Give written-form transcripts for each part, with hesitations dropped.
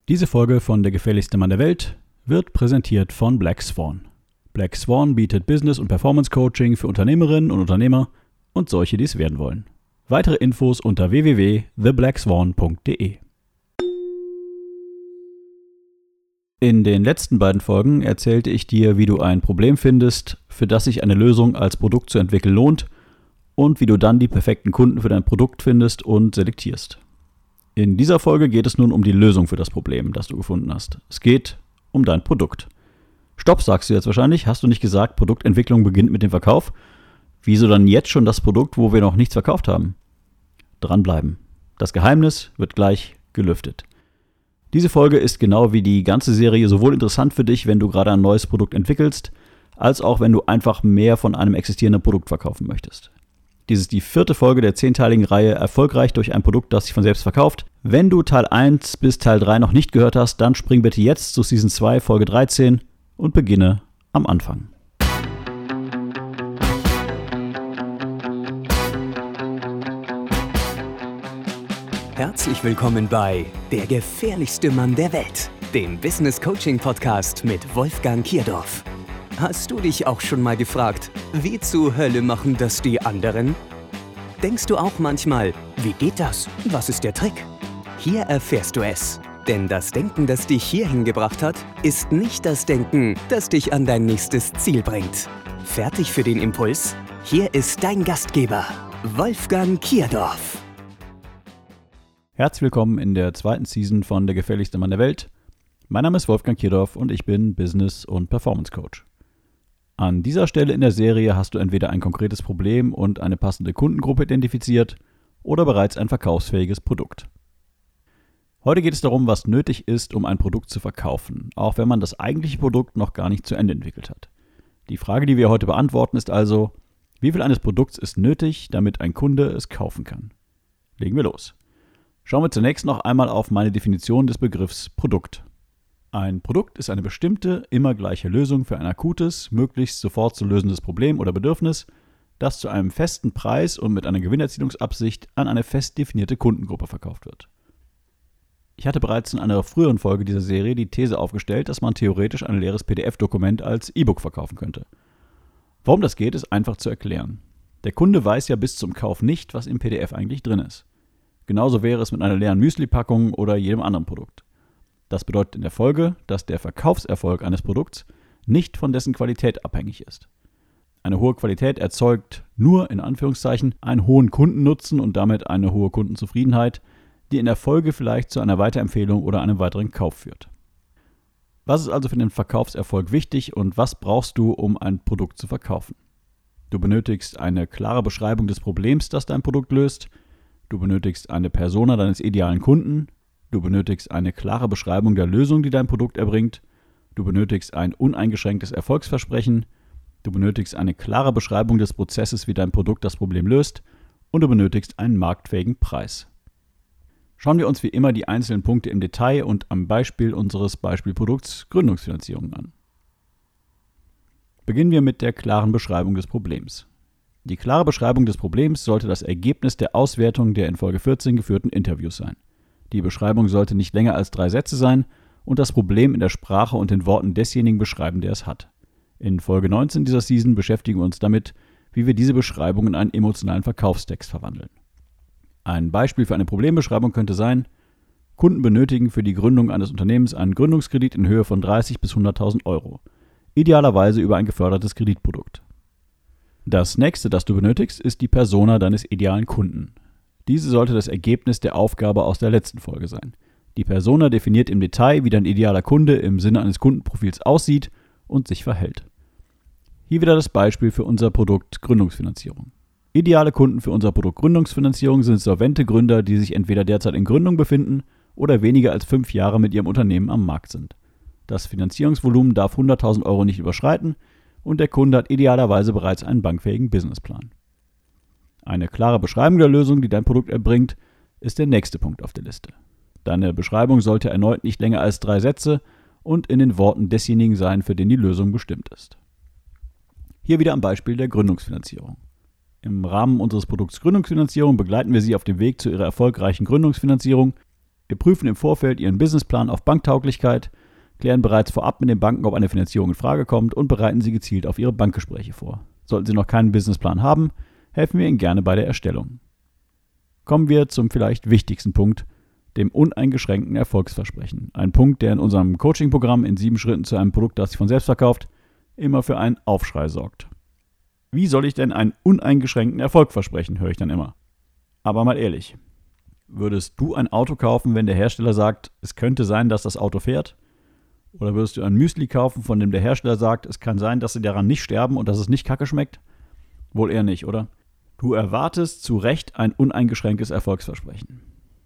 Diese Folge von Der gefährlichste Mann der Welt wird präsentiert von Black Swan. Black Swan bietet Business- und Performance-Coaching für Unternehmerinnen und Unternehmer und solche, die es werden wollen. Weitere Infos unter www.theblackswan.de. In den letzten beiden Folgen erzählte ich dir, wie du ein Problem findest, für das sich eine Lösung als Produkt zu entwickeln lohnt und wie du dann die perfekten Kunden für dein Produkt findest und selektierst. In dieser Folge geht es nun um die Lösung für das Problem, das du gefunden hast. Es geht um dein Produkt. Stopp, sagst du jetzt wahrscheinlich. Hast du nicht gesagt, Produktentwicklung beginnt mit dem Verkauf? Wieso dann jetzt schon das Produkt, wo wir noch nichts verkauft haben? Dranbleiben. Das Geheimnis wird gleich gelüftet. Diese Folge ist genau wie die ganze Serie sowohl interessant für dich, wenn du gerade ein neues Produkt entwickelst, als auch wenn du einfach mehr von einem existierenden Produkt verkaufen möchtest. Dies ist die 4. Folge der 10-teiligen Reihe Erfolgreich durch ein Produkt, das sich von selbst verkauft. Wenn du Teil 1 bis Teil 3 noch nicht gehört hast, dann spring bitte jetzt zu Season 2, Folge 13 und beginne am Anfang. Herzlich willkommen bei Der gefährlichste Mann der Welt, dem Business Coaching Podcast mit Wolfgang Kierdorf. Hast du dich auch schon mal gefragt, wie zur Hölle machen das die anderen? Denkst du auch manchmal, wie geht das? Was ist der Trick? Hier erfährst du es. Denn das Denken, das dich hierhin gebracht hat, ist nicht das Denken, das dich an dein nächstes Ziel bringt. Fertig für den Impuls? Hier ist dein Gastgeber, Wolfgang Kierdorf. Herzlich willkommen in der 2. Season von Der gefährlichste Mann der Welt. Mein Name ist Wolfgang Kierdorf und ich bin Business- und Performance Coach. An dieser Stelle in der Serie hast du entweder ein konkretes Problem und eine passende Kundengruppe identifiziert oder bereits ein verkaufsfähiges Produkt. Heute geht es darum, was nötig ist, um ein Produkt zu verkaufen, auch wenn man das eigentliche Produkt noch gar nicht zu Ende entwickelt hat. Die Frage, die wir heute beantworten, ist also, wie viel eines Produkts ist nötig, damit ein Kunde es kaufen kann? Legen wir los. Schauen wir zunächst noch einmal auf meine Definition des Begriffs Produkt. Ein Produkt ist eine bestimmte, immer gleiche Lösung für ein akutes, möglichst sofort zu lösendes Problem oder Bedürfnis, das zu einem festen Preis und mit einer Gewinnerzielungsabsicht an eine fest definierte Kundengruppe verkauft wird. Ich hatte bereits in einer früheren Folge dieser Serie die These aufgestellt, dass man theoretisch ein leeres PDF-Dokument als E-Book verkaufen könnte. Warum das geht, ist einfach zu erklären. Der Kunde weiß ja bis zum Kauf nicht, was im PDF eigentlich drin ist. Genauso wäre es mit einer leeren Müsli-Packung oder jedem anderen Produkt. Das bedeutet in der Folge, dass der Verkaufserfolg eines Produkts nicht von dessen Qualität abhängig ist. Eine hohe Qualität erzeugt nur, in Anführungszeichen, einen hohen Kundennutzen und damit eine hohe Kundenzufriedenheit, die in der Folge vielleicht zu einer Weiterempfehlung oder einem weiteren Kauf führt. Was ist also für den Verkaufserfolg wichtig und was brauchst du, um ein Produkt zu verkaufen? Du benötigst eine klare Beschreibung des Problems, das dein Produkt löst. Du benötigst eine Persona deines idealen Kunden. Du benötigst eine klare Beschreibung der Lösung, die dein Produkt erbringt. Du benötigst ein uneingeschränktes Erfolgsversprechen. Du benötigst eine klare Beschreibung des Prozesses, wie dein Produkt das Problem löst. Und du benötigst einen marktfähigen Preis. Schauen wir uns wie immer die einzelnen Punkte im Detail und am Beispiel unseres Beispielprodukts Gründungsfinanzierung an. Beginnen wir mit der klaren Beschreibung des Problems. Die klare Beschreibung des Problems sollte das Ergebnis der Auswertung der in Folge 14 geführten Interviews sein. Die Beschreibung sollte nicht länger als 3 Sätze sein und das Problem in der Sprache und den Worten desjenigen beschreiben, der es hat. In Folge 19 dieser Season beschäftigen wir uns damit, wie wir diese Beschreibung in einen emotionalen Verkaufstext verwandeln. Ein Beispiel für eine Problembeschreibung könnte sein: Kunden benötigen für die Gründung eines Unternehmens einen Gründungskredit in Höhe von 30.000 bis 100.000 Euro, idealerweise über ein gefördertes Kreditprodukt. Das nächste, das du benötigst, ist die Persona deines idealen Kunden. Diese sollte das Ergebnis der Aufgabe aus der letzten Folge sein. Die Persona definiert im Detail, wie dein idealer Kunde im Sinne eines Kundenprofils aussieht und sich verhält. Hier wieder das Beispiel für unser Produkt Gründungsfinanzierung. Ideale Kunden für unser Produkt Gründungsfinanzierung sind solvente Gründer, die sich entweder derzeit in Gründung befinden oder weniger als 5 Jahre mit ihrem Unternehmen am Markt sind. Das Finanzierungsvolumen darf 100.000 Euro nicht überschreiten und der Kunde hat idealerweise bereits einen bankfähigen Businessplan. Eine klare Beschreibung der Lösung, die dein Produkt erbringt, ist der nächste Punkt auf der Liste. Deine Beschreibung sollte erneut nicht länger als 3 Sätze und in den Worten desjenigen sein, für den die Lösung bestimmt ist. Hier wieder am Beispiel der Gründungsfinanzierung. Im Rahmen unseres Produkts Gründungsfinanzierung begleiten wir Sie auf dem Weg zu Ihrer erfolgreichen Gründungsfinanzierung. Wir prüfen im Vorfeld Ihren Businessplan auf Banktauglichkeit, klären bereits vorab mit den Banken, ob eine Finanzierung in Frage kommt und bereiten Sie gezielt auf Ihre Bankgespräche vor. Sollten Sie noch keinen Businessplan haben, helfen wir Ihnen gerne bei der Erstellung. Kommen wir zum vielleicht wichtigsten Punkt, dem uneingeschränkten Erfolgsversprechen. Ein Punkt, der in unserem Coaching-Programm in 7 Schritten zu einem Produkt, das sich von selbst verkauft, immer für einen Aufschrei sorgt. Wie soll ich denn einen uneingeschränkten Erfolg versprechen, höre ich dann immer. Aber mal ehrlich, würdest du ein Auto kaufen, wenn der Hersteller sagt, es könnte sein, dass das Auto fährt? Oder würdest du ein Müsli kaufen, von dem der Hersteller sagt, es kann sein, dass sie daran nicht sterben und dass es nicht kacke schmeckt? Wohl eher nicht, oder? Du erwartest zu Recht ein uneingeschränktes Erfolgsversprechen.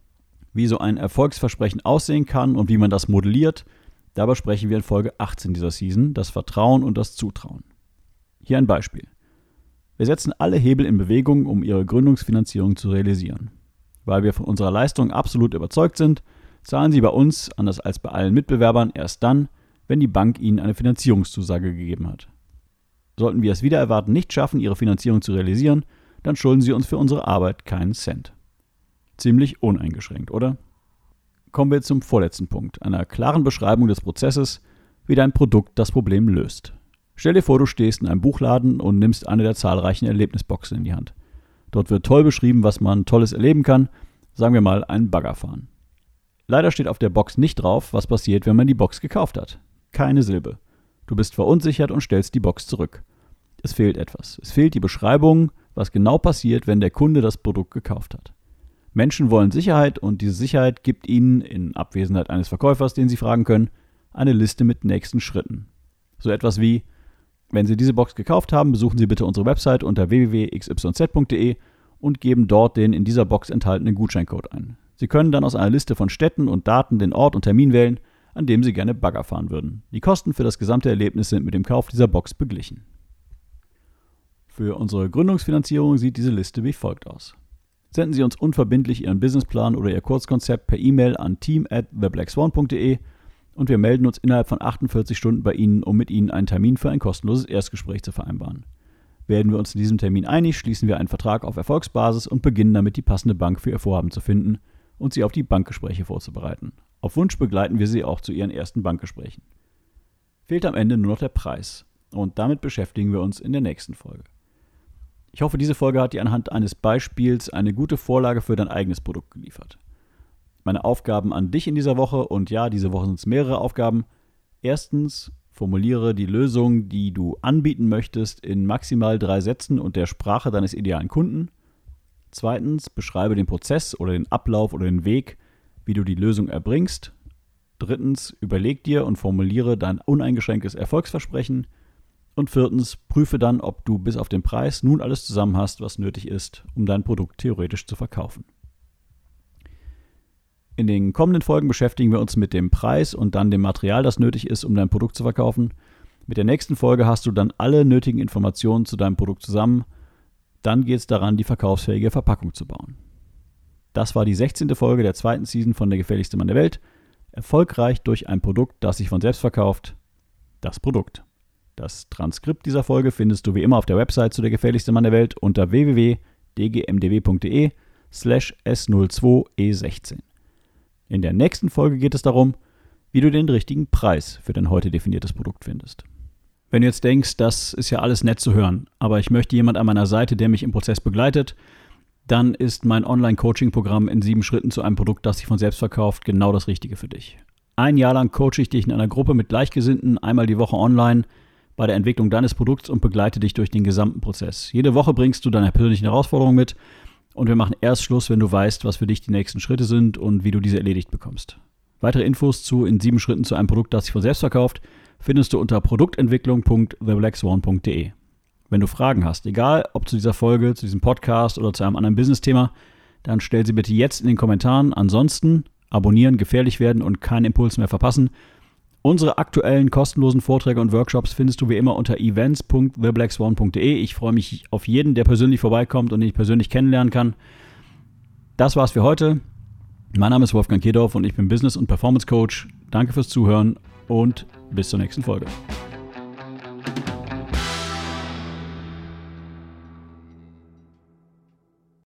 Wie so ein Erfolgsversprechen aussehen kann und wie man das modelliert, da besprechen wir in Folge 18 dieser Season, das Vertrauen und das Zutrauen. Hier ein Beispiel. Wir setzen alle Hebel in Bewegung, um Ihre Gründungsfinanzierung zu realisieren. Weil wir von unserer Leistung absolut überzeugt sind, zahlen Sie bei uns, anders als bei allen Mitbewerbern, erst dann, wenn die Bank Ihnen eine Finanzierungszusage gegeben hat. Sollten wir es wider Erwarten nicht schaffen, Ihre Finanzierung zu realisieren, dann schulden Sie uns für unsere Arbeit keinen Cent. Ziemlich uneingeschränkt, oder? Kommen wir zum vorletzten Punkt, einer klaren Beschreibung des Prozesses, wie dein Produkt das Problem löst. Stell dir vor, du stehst in einem Buchladen und nimmst eine der zahlreichen Erlebnisboxen in die Hand. Dort wird toll beschrieben, was man Tolles erleben kann, sagen wir mal einen Bagger fahren. Leider steht auf der Box nicht drauf, was passiert, wenn man die Box gekauft hat. Keine Silbe. Du bist verunsichert und stellst die Box zurück. Es fehlt etwas. Es fehlt die Beschreibung, was genau passiert, wenn der Kunde das Produkt gekauft hat. Menschen wollen Sicherheit und diese Sicherheit gibt ihnen, in Abwesenheit eines Verkäufers, den sie fragen können, eine Liste mit nächsten Schritten. So etwas wie: Wenn Sie diese Box gekauft haben, besuchen Sie bitte unsere Website unter www.xyz.de und geben dort den in dieser Box enthaltenen Gutscheincode ein. Sie können dann aus einer Liste von Städten und Daten den Ort und Termin wählen, an dem Sie gerne Bagger fahren würden. Die Kosten für das gesamte Erlebnis sind mit dem Kauf dieser Box beglichen. Für unsere Gründungsfinanzierung sieht diese Liste wie folgt aus. Senden Sie uns unverbindlich Ihren Businessplan oder Ihr Kurzkonzept per E-Mail an team@theblackswan.de und wir melden uns innerhalb von 48 Stunden bei Ihnen, um mit Ihnen einen Termin für ein kostenloses Erstgespräch zu vereinbaren. Werden wir uns in diesem Termin einig, schließen wir einen Vertrag auf Erfolgsbasis und beginnen damit, die passende Bank für Ihr Vorhaben zu finden und Sie auf die Bankgespräche vorzubereiten. Auf Wunsch begleiten wir Sie auch zu Ihren ersten Bankgesprächen. Fehlt am Ende nur noch der Preis und damit beschäftigen wir uns in der nächsten Folge. Ich hoffe, diese Folge hat dir anhand eines Beispiels eine gute Vorlage für dein eigenes Produkt geliefert. Meine Aufgaben an dich in dieser Woche, und ja, diese Woche sind es mehrere Aufgaben. Erstens, formuliere die Lösung, die du anbieten möchtest, in maximal 3 Sätzen und der Sprache deines idealen Kunden. Zweitens, beschreibe den Prozess oder den Ablauf oder den Weg, wie du die Lösung erbringst. Drittens, überleg dir und formuliere dein uneingeschränktes Erfolgsversprechen. Und viertens, prüfe dann, ob du bis auf den Preis nun alles zusammen hast, was nötig ist, um dein Produkt theoretisch zu verkaufen. In den kommenden Folgen beschäftigen wir uns mit dem Preis und dann dem Material, das nötig ist, um dein Produkt zu verkaufen. Mit der nächsten Folge hast du dann alle nötigen Informationen zu deinem Produkt zusammen. Dann geht es daran, die verkaufsfähige Verpackung zu bauen. Das war die 16. Folge der 2. Season von Der gefährlichste Mann der Welt. Erfolgreich durch ein Produkt, das sich von selbst verkauft. Das Produkt. Das Transkript dieser Folge findest du wie immer auf der Website zu Der gefährlichste Mann der Welt unter www.dgmdw.de/s02e16. In der nächsten Folge geht es darum, wie du den richtigen Preis für dein heute definiertes Produkt findest. Wenn du jetzt denkst, das ist ja alles nett zu hören, aber ich möchte jemand an meiner Seite, der mich im Prozess begleitet, dann ist mein Online-Coaching-Programm in 7 Schritten zu einem Produkt, das sich von selbst verkauft, genau das Richtige für dich. 1 Jahr lang coache ich dich in einer Gruppe mit Gleichgesinnten, einmal die Woche online, bei der Entwicklung deines Produkts und begleite dich durch den gesamten Prozess. Jede Woche bringst du deine persönlichen Herausforderungen mit und wir machen erst Schluss, wenn du weißt, was für dich die nächsten Schritte sind und wie du diese erledigt bekommst. Weitere Infos zu in 7 Schritten zu einem Produkt, das sich von selbst verkauft, findest du unter produktentwicklung.theblackswan.de. Wenn du Fragen hast, egal ob zu dieser Folge, zu diesem Podcast oder zu einem anderen Business-Thema, dann stell sie bitte jetzt in den Kommentaren. Ansonsten abonnieren, gefährlich werden und keinen Impuls mehr verpassen. Unsere aktuellen kostenlosen Vorträge und Workshops findest du wie immer unter events.theblackswan.de. Ich freue mich auf jeden, der persönlich vorbeikommt und den ich persönlich kennenlernen kann. Das war's für heute. Mein Name ist Wolfgang Kierdorf und ich bin Business- und Performance Coach. Danke fürs Zuhören und bis zur nächsten Folge.